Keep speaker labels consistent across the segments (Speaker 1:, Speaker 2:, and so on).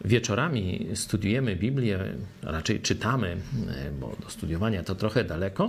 Speaker 1: wieczorami studiujemy Biblię, raczej czytamy, bo do studiowania to trochę daleko,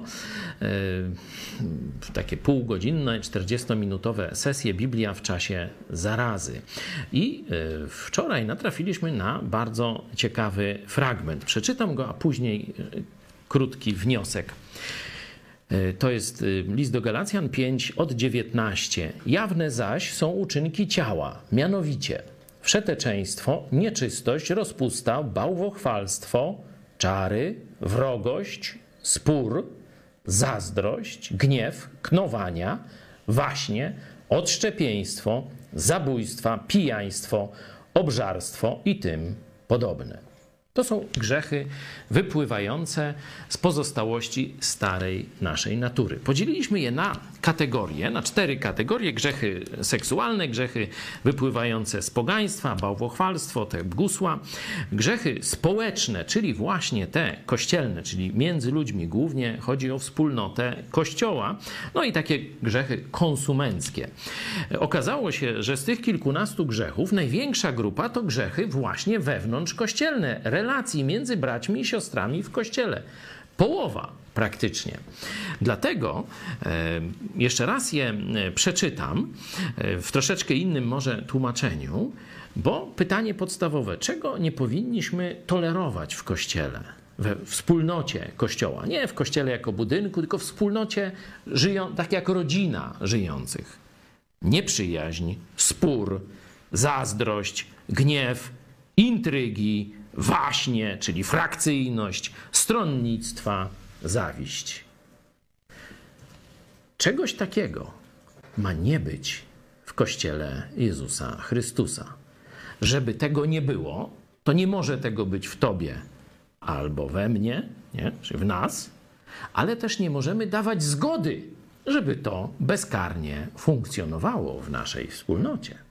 Speaker 1: takie półgodzinne, 40-minutowe sesje Biblia w czasie zarazy. I wczoraj natrafiliśmy na bardzo ciekawy fragment. Przeczytam go, a później krótki wniosek. To jest list do Galacjan 5 od 19. Jawne zaś są uczynki ciała, mianowicie wszeteczeństwo, nieczystość, rozpusta, bałwochwalstwo, czary, wrogość, spór, zazdrość, gniew, knowania, waśnie, odszczepieństwo, zabójstwa, pijaństwo, obżarstwo i tym podobne. To są grzechy wypływające z pozostałości starej naszej natury. Podzieliliśmy je na kategorie, na 4 kategorie. Grzechy seksualne, grzechy wypływające z pogaństwa, bałwochwalstwo, te gusła. Grzechy społeczne, czyli właśnie te kościelne, czyli między ludźmi głównie chodzi o wspólnotę Kościoła. No i takie grzechy konsumenckie. Okazało się, że z tych kilkunastu grzechów największa grupa to grzechy właśnie wewnątrzkościelne, relacji między braćmi i siostrami w Kościele. Połowa praktycznie. Dlatego jeszcze raz je przeczytam w troszeczkę innym może tłumaczeniu, bo pytanie podstawowe, czego nie powinniśmy tolerować w Kościele, we wspólnocie Kościoła? Nie w Kościele jako budynku, tylko w wspólnocie, tak jak rodzina żyjących. Nieprzyjaźń, spór, zazdrość, gniew, intrygi, waśnie, czyli frakcyjność, stronnictwa, zawiść. Czegoś takiego ma nie być w Kościele Jezusa Chrystusa. Żeby tego nie było, to nie może tego być w tobie albo we mnie, nie? Czy w nas, ale też nie możemy dawać zgody, żeby to bezkarnie funkcjonowało w naszej wspólnocie.